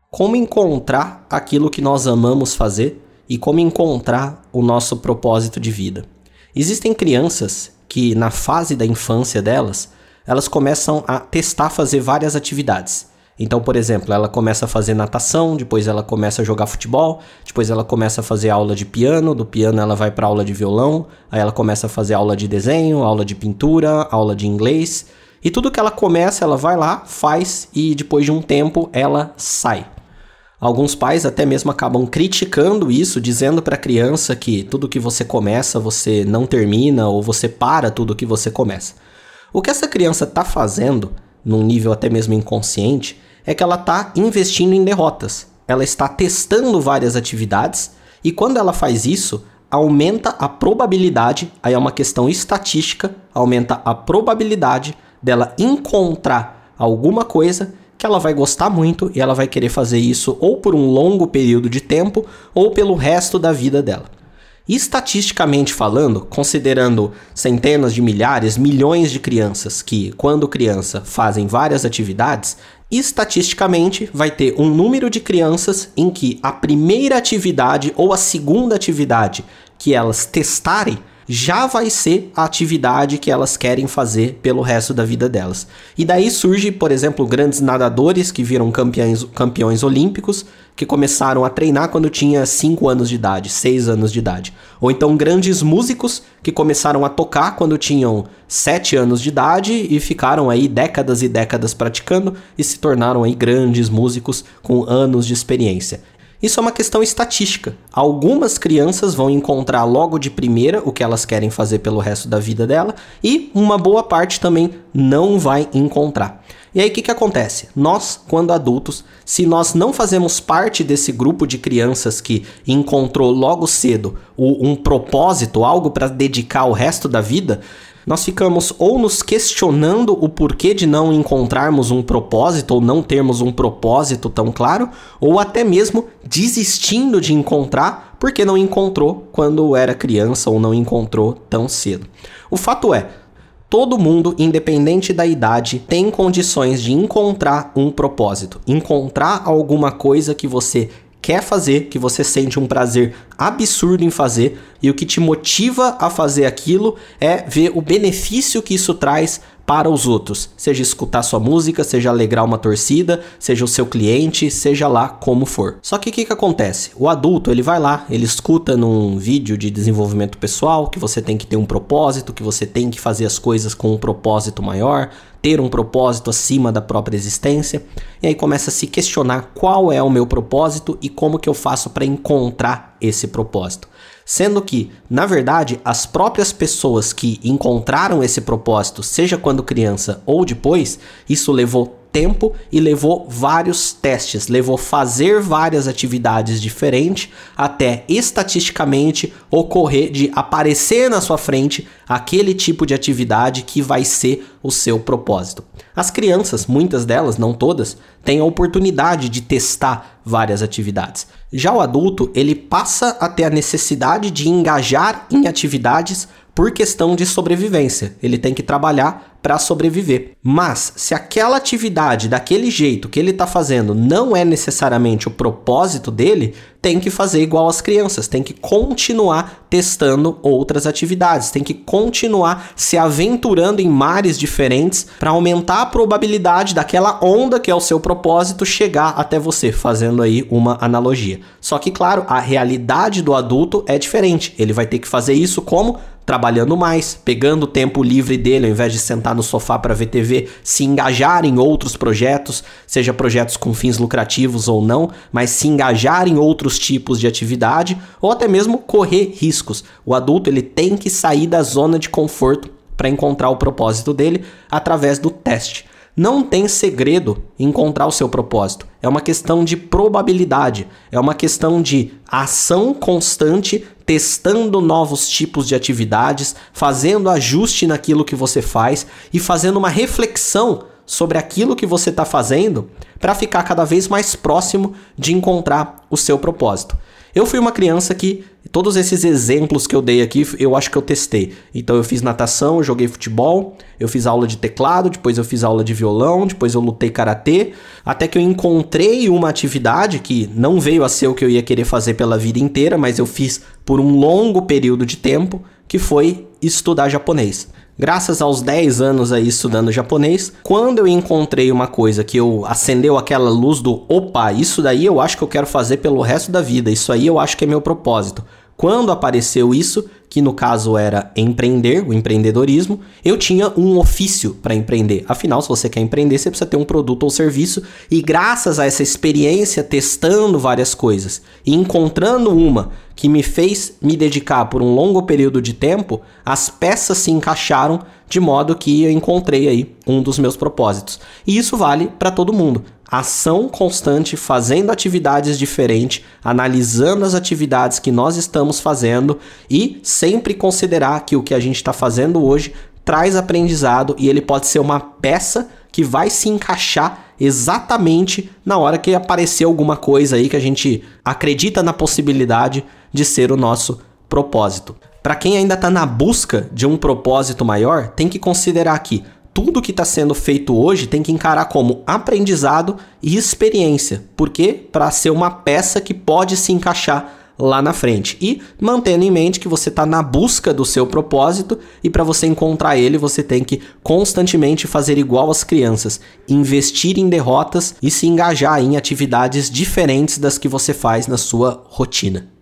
Como encontrar aquilo que nós amamos fazer e como encontrar o nosso propósito de vida. Existem crianças que, na fase da infância delas, elas começam a testar fazer várias atividades. Então, por exemplo, ela começa a fazer natação, depois ela começa a jogar futebol, depois ela começa a fazer aula de piano, do piano ela vai para aula de violão, aí ela começa a fazer aula de desenho, aula de pintura, aula de inglês. E tudo que ela começa, ela vai lá, faz e depois de um tempo ela sai. Alguns pais até mesmo acabam criticando isso, dizendo para a criança que tudo que você começa, você não termina ou você para tudo que você começa. O que essa criança está fazendo, num nível até mesmo inconsciente, é que ela está investindo em derrotas. Ela está testando várias atividades e quando ela faz isso, aumenta a probabilidade, aí é uma questão estatística, aumenta a probabilidade dela encontrar alguma coisa que ela vai gostar muito e ela vai querer fazer isso ou por um longo período de tempo ou pelo resto da vida dela. Estatisticamente falando, considerando centenas de milhares, milhões de crianças que, quando criança, fazem várias atividades, estatisticamente vai ter um número de crianças em que a primeira atividade ou a segunda atividade que elas testarem já vai ser a atividade que elas querem fazer pelo resto da vida delas. E daí surge, por exemplo, grandes nadadores que viram campeões olímpicos, que começaram a treinar quando tinha 5 anos de idade, 6 anos de idade. Ou então grandes músicos que começaram a tocar quando tinham 7 anos de idade e ficaram aí décadas e décadas praticando e se tornaram aí grandes músicos com anos de experiência. Isso é uma questão estatística. Algumas crianças vão encontrar logo de primeira o que elas querem fazer pelo resto da vida dela e uma boa parte também não vai encontrar. E aí o que acontece? Nós, quando adultos, se nós não fazemos parte desse grupo de crianças que encontrou logo cedo um propósito, algo para dedicar o resto da vida, nós ficamos ou nos questionando o porquê de não encontrarmos um propósito ou não termos um propósito tão claro, ou até mesmo desistindo de encontrar porque não encontrou quando era criança ou não encontrou tão cedo. O fato é, todo mundo, independente da idade, tem condições de encontrar um propósito, encontrar alguma coisa que você quer fazer, que você sente um prazer absurdo em fazer e o que te motiva a fazer aquilo é ver o benefício que isso traz para os outros, seja escutar sua música, seja alegrar uma torcida, seja o seu cliente, seja lá como for. Só que o que acontece? O adulto, ele vai lá, ele escuta num vídeo de desenvolvimento pessoal que você tem que ter um propósito, que você tem que fazer as coisas com um propósito maior, ter um propósito acima da própria existência, e aí começa a se questionar qual é o meu propósito e como que eu faço para encontrar esse propósito. Sendo que, na verdade, as próprias pessoas que encontraram esse propósito, seja quando criança ou depois, isso levou tempo e levou vários testes, levou fazer várias atividades diferentes até estatisticamente ocorrer de aparecer na sua frente aquele tipo de atividade que vai ser o seu propósito. As crianças, muitas delas, não todas, têm a oportunidade de testar várias atividades. Já o adulto, ele passa a ter a necessidade de engajar em atividades por questão de sobrevivência. Ele tem que trabalhar para sobreviver. Mas, se aquela atividade, daquele jeito que ele está fazendo, não é necessariamente o propósito dele, tem que fazer igual as crianças, tem que continuar testando outras atividades, tem que continuar se aventurando em mares diferentes para aumentar a probabilidade daquela onda que é o seu propósito chegar até você, fazendo aí uma analogia. Só que, claro, a realidade do adulto é diferente. Ele vai ter que fazer isso como? Trabalhando mais, pegando o tempo livre dele, ao invés de sentar no sofá para ver TV, se engajar em outros projetos, seja projetos com fins lucrativos ou não, mas se engajar em outros tipos de atividade, ou até mesmo correr riscos. O adulto, ele tem que sair da zona de conforto para encontrar o propósito dele através do teste. Não tem segredo em encontrar o seu propósito. É uma questão de probabilidade. É uma questão de ação constante, testando novos tipos de atividades, fazendo ajuste naquilo que você faz e fazendo uma reflexão sobre aquilo que você está fazendo para ficar cada vez mais próximo de encontrar o seu propósito. Eu fui uma criança que Todos esses exemplos que eu dei aqui, eu acho que eu testei. Então eu fiz natação, eu joguei futebol, eu fiz aula de teclado, depois eu fiz aula de violão, depois eu lutei karatê, até que eu encontrei uma atividade que não veio a ser o que eu ia querer fazer pela vida inteira, mas eu fiz por um longo período de tempo, que foi estudar japonês. Graças aos 10 anos aí estudando japonês, quando eu encontrei uma coisa que acendeu aquela luz do opa, isso daí eu acho que eu quero fazer pelo resto da vida, isso aí eu acho que é meu propósito. Quando apareceu isso, que no caso era empreender, o empreendedorismo, eu tinha um ofício para empreender. Afinal, se você quer empreender, você precisa ter um produto ou serviço. E graças a essa experiência, testando várias coisas e encontrando uma que me fez me dedicar por um longo período de tempo, as peças se encaixaram de modo que eu encontrei aí um dos meus propósitos. E isso vale para todo mundo. Ação constante, fazendo atividades diferentes, analisando as atividades que nós estamos fazendo e sempre considerar que o que a gente está fazendo hoje traz aprendizado e ele pode ser uma peça que vai se encaixar exatamente na hora que aparecer alguma coisa aí que a gente acredita na possibilidade de ser o nosso propósito. Para quem ainda está na busca de um propósito maior, tem que considerar que tudo que está sendo feito hoje tem que encarar como aprendizado e experiência. Por quê? Para ser uma peça que pode se encaixar lá na frente. E mantendo em mente que você está na busca do seu propósito e para você encontrar ele, você tem que constantemente fazer igual às crianças, investir em derrotas e se engajar em atividades diferentes das que você faz na sua rotina.